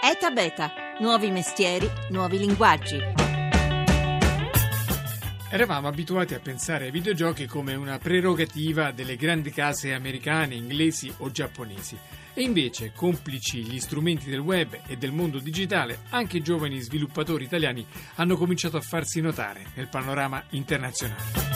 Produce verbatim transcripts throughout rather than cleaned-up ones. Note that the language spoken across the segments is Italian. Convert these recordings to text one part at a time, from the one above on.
ETA Beta, nuovi mestieri, nuovi linguaggi. Eravamo abituati a pensare ai videogiochi come una prerogativa delle grandi case americane, inglesi o giapponesi. E invece, complici gli strumenti del web e del mondo digitale, anche i giovani sviluppatori italiani hanno cominciato a farsi notare nel panorama internazionale.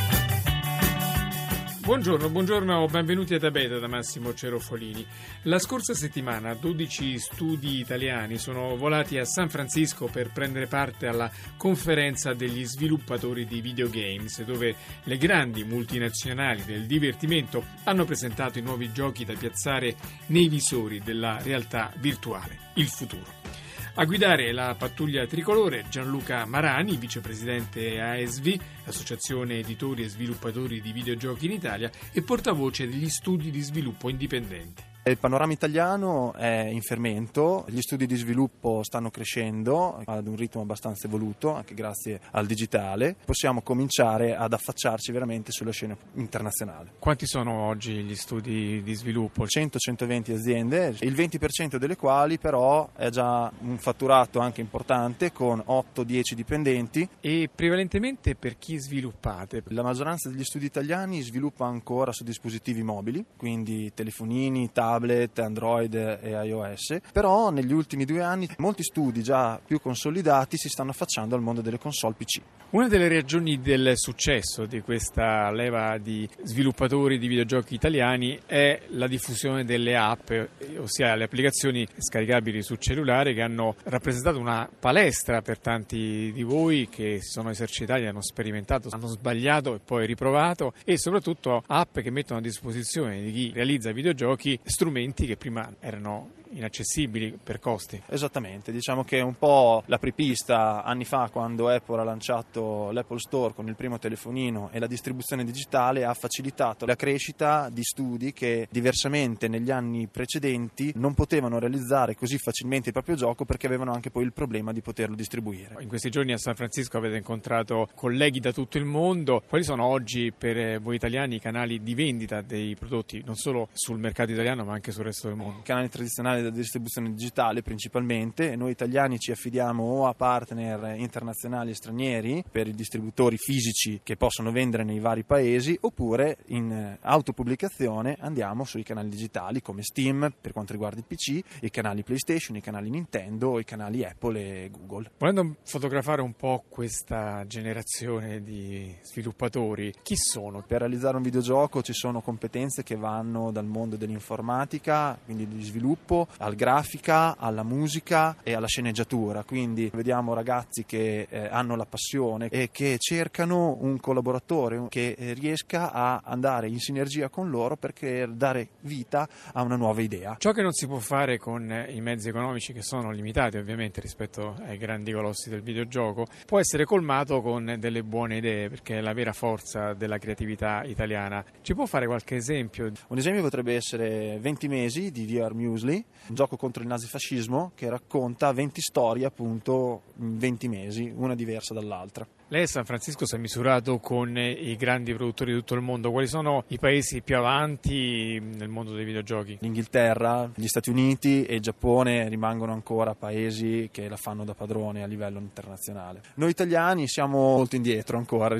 Buongiorno, buongiorno, benvenuti a ETA Beta da Massimo Cerofolini. La scorsa settimana dodici studi italiani sono volati a San Francisco per prendere parte alla conferenza degli sviluppatori di videogames, dove le grandi multinazionali del divertimento hanno presentato i nuovi giochi da piazzare nei visori della realtà virtuale, il futuro. A guidare la pattuglia tricolore Gianluca Marani, vicepresidente A S V, l'Associazione Editori e Sviluppatori di Videogiochi in Italia, e portavoce degli studi di sviluppo indipendenti. Il panorama italiano è in fermento, gli studi di sviluppo stanno crescendo ad un ritmo abbastanza evoluto, anche grazie al digitale. Possiamo cominciare ad affacciarci veramente sulla scena internazionale. Quanti sono oggi gli studi di sviluppo? cento centoventi aziende, il venti per cento delle quali però è già un fatturato anche importante, con otto dieci dipendenti. E prevalentemente per chi sviluppate? La maggioranza degli studi italiani sviluppa ancora su dispositivi mobili, quindi telefonini, tablet, tablet, Android e iOS, però negli ultimi due anni molti studi già più consolidati si stanno affacciando al mondo delle console P C. Una delle ragioni del successo di questa leva di sviluppatori di videogiochi italiani è la diffusione delle app, ossia le applicazioni scaricabili sul cellulare, che hanno rappresentato una palestra per tanti di voi che si sono esercitati, hanno sperimentato, hanno sbagliato e poi riprovato, e soprattutto app che mettono a disposizione di chi realizza videogiochi strumenti che prima erano inaccessibili per costi. Esattamente, diciamo che è un po' l'apripista anni fa, quando Apple ha lanciato l'Apple Store con il primo telefonino e la distribuzione digitale, ha facilitato la crescita di studi che diversamente negli anni precedenti non potevano realizzare così facilmente il proprio gioco, perché avevano anche poi il problema di poterlo distribuire. In questi giorni a San Francisco avete incontrato colleghi da tutto il mondo. Quali sono oggi per voi italiani i canali di vendita dei prodotti, non solo sul mercato italiano ma anche sul resto del mondo? I canali tradizionali della distribuzione digitale principalmente. Noi italiani ci affidiamo o a partner internazionali e stranieri per i distributori fisici che possono vendere nei vari paesi, oppure in autopubblicazione andiamo sui canali digitali come Steam per quanto riguarda il P C, i canali PlayStation, i canali Nintendo, i canali Apple e Google. Volendo fotografare un po' questa generazione di sviluppatori, chi sono? Per realizzare un videogioco ci sono competenze che vanno dal mondo dell'informatica, quindi di sviluppo, al grafica, alla musica e alla sceneggiatura. Quindi vediamo ragazzi che eh, hanno la passione e che cercano un collaboratore che eh, riesca a andare in sinergia con loro per dare vita a una nuova idea. Ciò che non si può fare con i mezzi economici, che sono limitati ovviamente rispetto ai grandi colossi del videogioco, può essere colmato con delle buone idee, perché è la vera forza della creatività italiana. Ci può fare qualche esempio? Un esempio potrebbe essere venti mesi di V R Muesli, un gioco contro il nazifascismo che racconta venti storie appunto in venti mesi, una diversa dall'altra. Lei a San Francisco si è misurato con i grandi produttori di tutto il mondo. Quali sono i paesi più avanti nel mondo dei videogiochi? L'Inghilterra, gli Stati Uniti e il Giappone rimangono ancora paesi che la fanno da padrone a livello internazionale. Noi italiani siamo molto indietro ancora.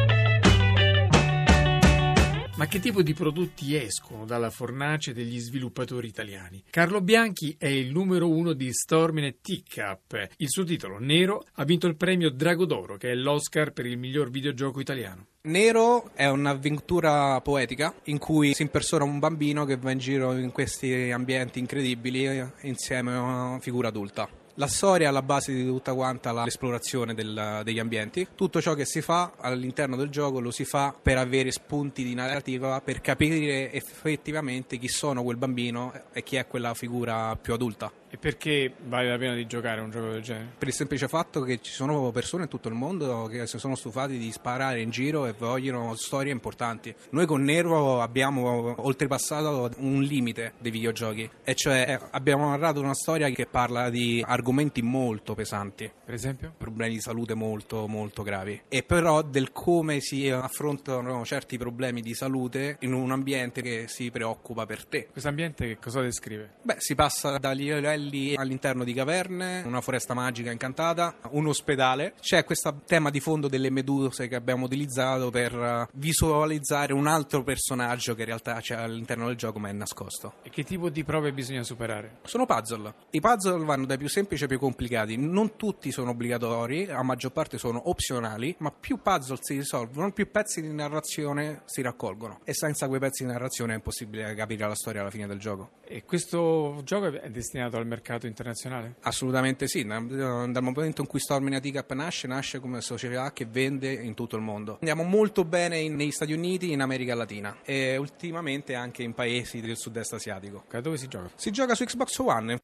Ma che tipo di prodotti escono dalla fornace degli sviluppatori italiani? Carlo Bianchi è il numero uno di Stormnet Teacup. Il suo titolo, Nero, ha vinto il premio Drago d'Oro, che è l'Oscar per il miglior videogioco italiano. Nero è un'avventura poetica in cui si impersona un bambino che va in giro in questi ambienti incredibili insieme a una figura adulta. La storia è alla base di tutta quanta l'esplorazione del, degli ambienti. Tutto ciò che si fa all'interno del gioco lo si fa per avere spunti di narrativa, per capire effettivamente chi sono quel bambino e chi è quella figura più adulta. E perché vale la pena di giocare a un gioco del genere? Per il semplice fatto che ci sono persone in tutto il mondo che si sono stufati di sparare in giro e vogliono storie importanti. Noi con Nero abbiamo oltrepassato un limite dei videogiochi, e cioè abbiamo narrato una storia che parla di argomenti argomenti molto pesanti. Per esempio? Problemi di salute molto molto gravi, e però del come si affrontano certi problemi di salute in un ambiente che si preoccupa per te. Questo ambiente che cosa descrive? Beh, si passa dagli livelli all'interno di caverne, una foresta magica incantata, un ospedale. C'è questo tema di fondo delle meduse che abbiamo utilizzato per visualizzare un altro personaggio che in realtà c'è all'interno del gioco ma è nascosto. E che tipo di prove bisogna superare? Sono puzzle. I puzzle vanno dai più semplici ai più complicati. Non tutti sono obbligatori, la maggior parte sono opzionali, ma più puzzle si risolvono, più pezzi di narrazione si raccolgono. E senza quei pezzi di narrazione è impossibile capire la storia alla fine del gioco. E questo gioco è destinato al mercato internazionale? Assolutamente sì. Dal momento in cui Storming Teacup nasce, nasce come società che vende in tutto il mondo. Andiamo molto bene in, negli Stati Uniti, in America Latina e ultimamente anche in paesi del sud-est asiatico. Da dove si gioca? Si gioca su Xbox One.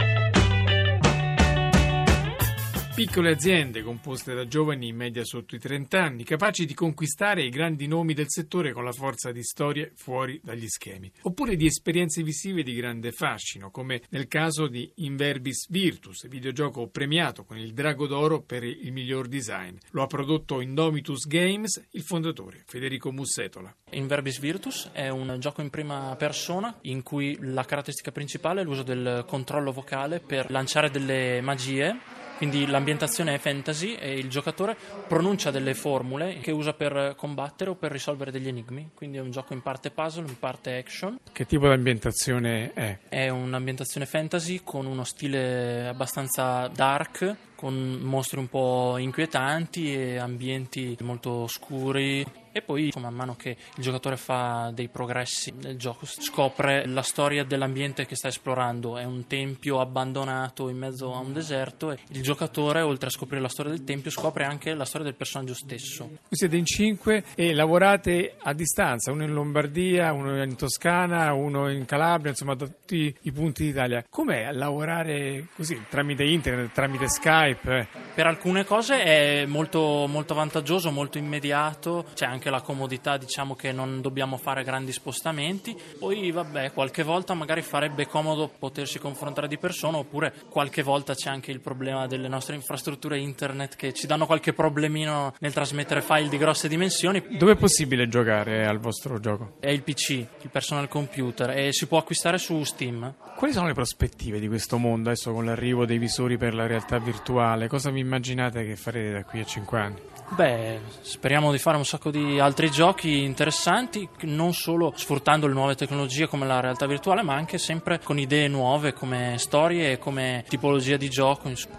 Piccole aziende composte da giovani in media sotto i trenta anni, capaci di conquistare i grandi nomi del settore con la forza di storie fuori dagli schemi, oppure di esperienze visive di grande fascino, come nel caso di Inverbis Virtus, videogioco premiato con il Drago d'Oro per il miglior design. Lo ha prodotto Indomitus Games il fondatore, Federico Mussetola. Inverbis Virtus è un gioco in prima persona in cui la caratteristica principale è l'uso del controllo vocale per lanciare delle magie. Quindi l'ambientazione è fantasy e il giocatore pronuncia delle formule che usa per combattere o per risolvere degli enigmi. Quindi è un gioco in parte puzzle, in parte action. Che tipo di ambientazione è? È un'ambientazione fantasy con uno stile abbastanza dark, con mostri un po' inquietanti e ambienti molto scuri. E poi, man mano che il giocatore fa dei progressi nel gioco, scopre la storia dell'ambiente che sta esplorando. È un tempio abbandonato in mezzo a un deserto e il giocatore, oltre a scoprire la storia del tempio, scopre anche la storia del personaggio stesso. Voi siete in cinque e lavorate a distanza, uno in Lombardia, uno in Toscana, uno in Calabria, insomma da tutti i punti d'Italia. Com'è lavorare così, tramite internet, tramite Skype? Per alcune cose è molto, molto vantaggioso, molto immediato, c'è anche la comodità, diciamo che non dobbiamo fare grandi spostamenti. Poi vabbè, qualche volta magari farebbe comodo potersi confrontare di persona, oppure qualche volta c'è anche il problema delle nostre infrastrutture internet che ci danno qualche problemino nel trasmettere file di grosse dimensioni. Dove è possibile giocare al vostro gioco? È il P C, il personal computer, e si può acquistare su Steam. Quali sono le prospettive di questo mondo adesso con l'arrivo dei visori per la realtà virtuale? Cosa vi immaginate che farete da qui a cinque anni? Beh, speriamo di fare un sacco di altri giochi interessanti, non solo sfruttando le nuove tecnologie come la realtà virtuale, ma anche sempre con idee nuove come storie e come tipologia di gioco, insomma.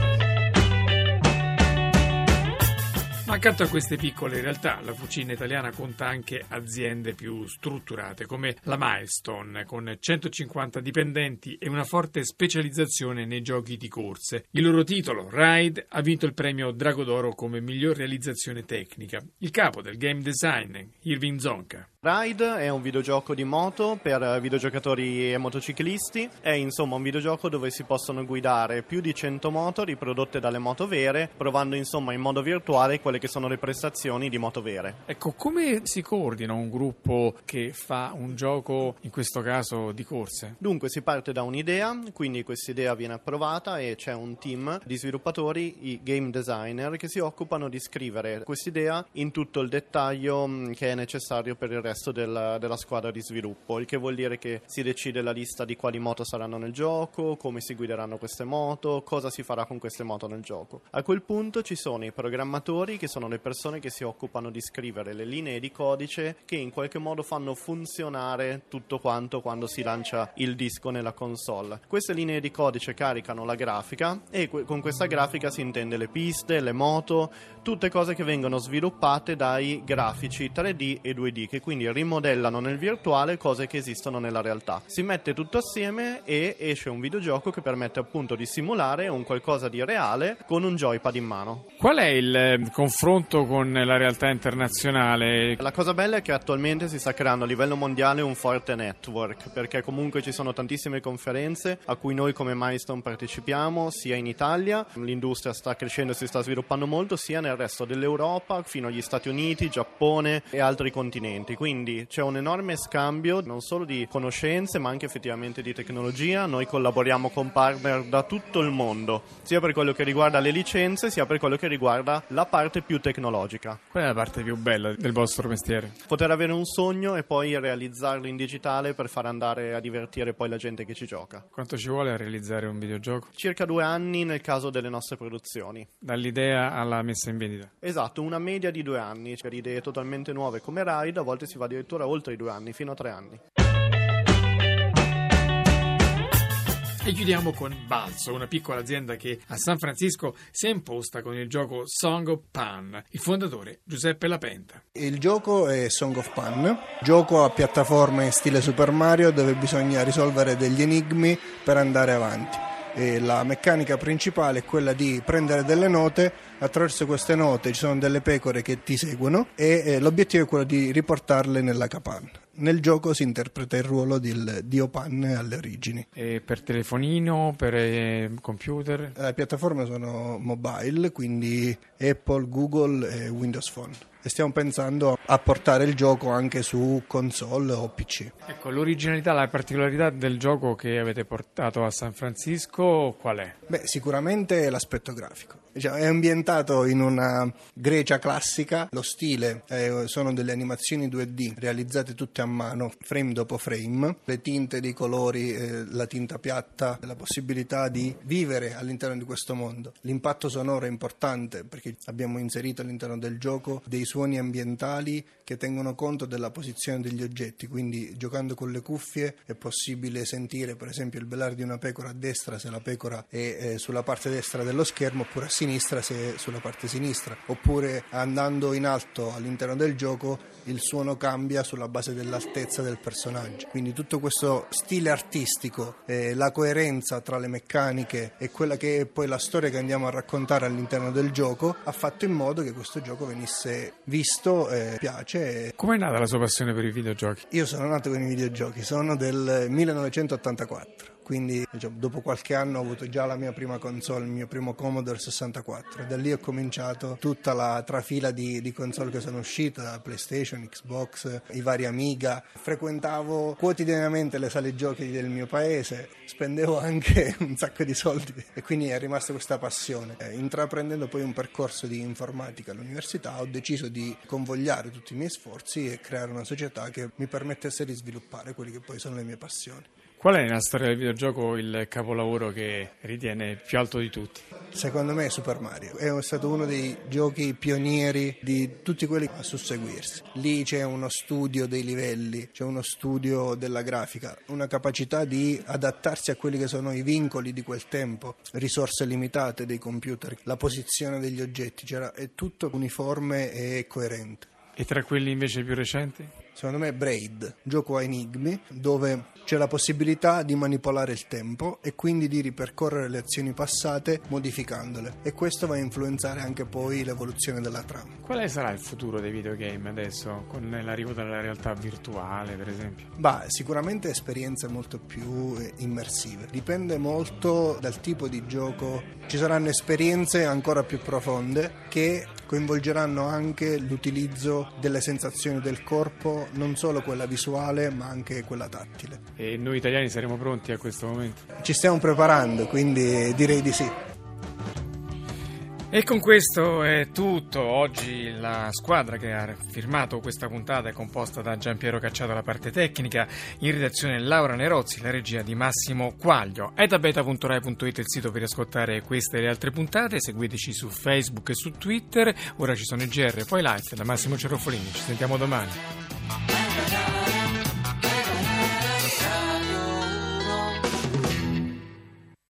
Ma accanto a queste piccole realtà, la cucina italiana conta anche aziende più strutturate, come la Milestone, con centocinquanta dipendenti e una forte specializzazione nei giochi di corse. Il loro titolo, Ride, ha vinto il premio Drago d'Oro come miglior realizzazione tecnica. Il capo del game design, Irvin Zonka. Ride è un videogioco di moto per videogiocatori e motociclisti. È insomma un videogioco dove si possono guidare più di cento moto riprodotte dalle moto vere, provando insomma in modo virtuale quelle che sono le prestazioni di moto vere. Ecco, come si coordina un gruppo che fa un gioco, in questo caso di corse? Dunque si parte da un'idea, quindi questa idea viene approvata e c'è un team di sviluppatori, i game designer, che si occupano di scrivere quest'idea in tutto il dettaglio che è necessario per il resto Del, della squadra di sviluppo, il che vuol dire che si decide la lista di quali moto saranno nel gioco, come si guideranno queste moto, cosa si farà con queste moto nel gioco. A quel punto ci sono i programmatori, che sono le persone che si occupano di scrivere le linee di codice che in qualche modo fanno funzionare tutto quanto quando si lancia il disco nella console. Queste linee di codice caricano la grafica e que- con questa grafica si intende le piste, le moto, tutte cose che vengono sviluppate dai grafici tre D e due D, che quindi rimodellano nel virtuale cose che esistono nella realtà. Si mette tutto assieme e esce un videogioco che permette appunto di simulare un qualcosa di reale con un joypad in mano. Qual è il confronto confronto con la realtà internazionale. La cosa bella è che attualmente si sta creando a livello mondiale un forte network, perché comunque ci sono tantissime conferenze a cui noi come Milestone partecipiamo, sia in Italia, l'industria sta crescendo e si sta sviluppando molto, sia nel resto dell'Europa, fino agli Stati Uniti, Giappone e altri continenti. Quindi c'è un enorme scambio non solo di conoscenze ma anche effettivamente di tecnologia. Noi collaboriamo con partner da tutto il mondo, sia per quello che riguarda le licenze sia per quello che riguarda la parte più tecnologica. Qual è la parte più bella del vostro mestiere? Poter avere un sogno e poi realizzarlo in digitale per far andare a divertire poi la gente che ci gioca. Quanto ci vuole a realizzare un videogioco? Circa due anni nel caso delle nostre produzioni. Dall'idea alla messa in vendita? Esatto, una media di due anni. Per idee totalmente nuove come Ride a volte si va addirittura oltre i due anni, fino a tre anni. E chiudiamo con Balzo, una piccola azienda che a San Francisco si è imposta con il gioco Song of Pan. Il fondatore Giuseppe Lapenta. Il gioco è Song of Pan, gioco a piattaforma in stile Super Mario dove bisogna risolvere degli enigmi per andare avanti. E la meccanica principale è quella di prendere delle note, attraverso queste note ci sono delle pecore che ti seguono e eh, l'obiettivo è quello di riportarle nella capanna. Nel gioco si interpreta il ruolo del dio Pan alle origini. E per telefonino, per eh, computer? Le piattaforme sono mobile, quindi Apple, Google e Windows Phone. E stiamo pensando a portare il gioco anche su console o P C. Ecco, l'originalità, la particolarità del gioco che avete portato a San Francisco qual è? Beh, sicuramente l'aspetto grafico. Diciamo, è ambientato in una Grecia classica, lo stile eh, sono delle animazioni due D realizzate tutte a mano, frame dopo frame, le tinte dei colori, eh, la tinta piatta, la possibilità di vivere all'interno di questo mondo. L'impatto sonoro è importante perché abbiamo inserito all'interno del gioco dei suoni ambientali che tengono conto della posizione degli oggetti, quindi giocando con le cuffie è possibile sentire per esempio il belare di una pecora a destra se la pecora è eh, sulla parte destra dello schermo, oppure a sinistra se è sulla parte sinistra, oppure andando in alto all'interno del gioco il suono cambia sulla base dell'altezza del personaggio. Quindi tutto questo stile artistico, eh, la coerenza tra le meccaniche e quella che è poi la storia che andiamo a raccontare all'interno del gioco ha fatto in modo che questo gioco venisse visto e piace. Com'è nata la sua passione per i videogiochi? Io sono nato con i videogiochi, sono del millenovecentottantaquattro. Quindi diciamo, dopo qualche anno ho avuto già la mia prima console, il mio primo Commodore sessantaquattro, e da lì ho cominciato tutta la trafila di, di console che sono uscite, PlayStation, Xbox, i vari Amiga. Frequentavo quotidianamente le sale giochi del mio paese, spendevo anche un sacco di soldi e quindi è rimasta questa passione. Eh, intraprendendo poi un percorso di informatica all'università ho deciso di convogliare tutti i miei sforzi e creare una società che mi permettesse di sviluppare quelli che poi sono le mie passioni. Qual è nella storia del videogioco il capolavoro che ritiene più alto di tutti? Secondo me è Super Mario, è stato uno dei giochi pionieri di tutti quelli a susseguirsi. Lì c'è uno studio dei livelli, c'è uno studio della grafica, una capacità di adattarsi a quelli che sono i vincoli di quel tempo, risorse limitate dei computer, la posizione degli oggetti, c'era, è tutto uniforme e coerente. E tra quelli invece più recenti? Secondo me Braid, gioco a enigmi dove c'è la possibilità di manipolare il tempo e quindi di ripercorrere le azioni passate modificandole, e questo va a influenzare anche poi l'evoluzione della trama. Quale sarà il futuro dei videogame adesso, con l'arrivo della realtà virtuale per esempio? Bah, sicuramente esperienze molto più immersive, dipende molto dal tipo di gioco. Ci saranno esperienze ancora più profonde che coinvolgeranno anche l'utilizzo delle sensazioni del corpo, non solo quella visuale ma anche quella tattile. E noi italiani saremo pronti a questo momento? Ci stiamo preparando, quindi direi di sì. E con questo è tutto. Oggi la squadra che ha firmato questa puntata è composta da Giampiero Cacciato alla parte tecnica, in redazione Laura Nerozzi, la regia di Massimo Quaglio. etabeta punto rai punto it è il sito per ascoltare queste e le altre puntate, seguiteci su Facebook e su Twitter. Ora ci sono i G R, poi Live da Massimo Cerofolini. Ci sentiamo domani.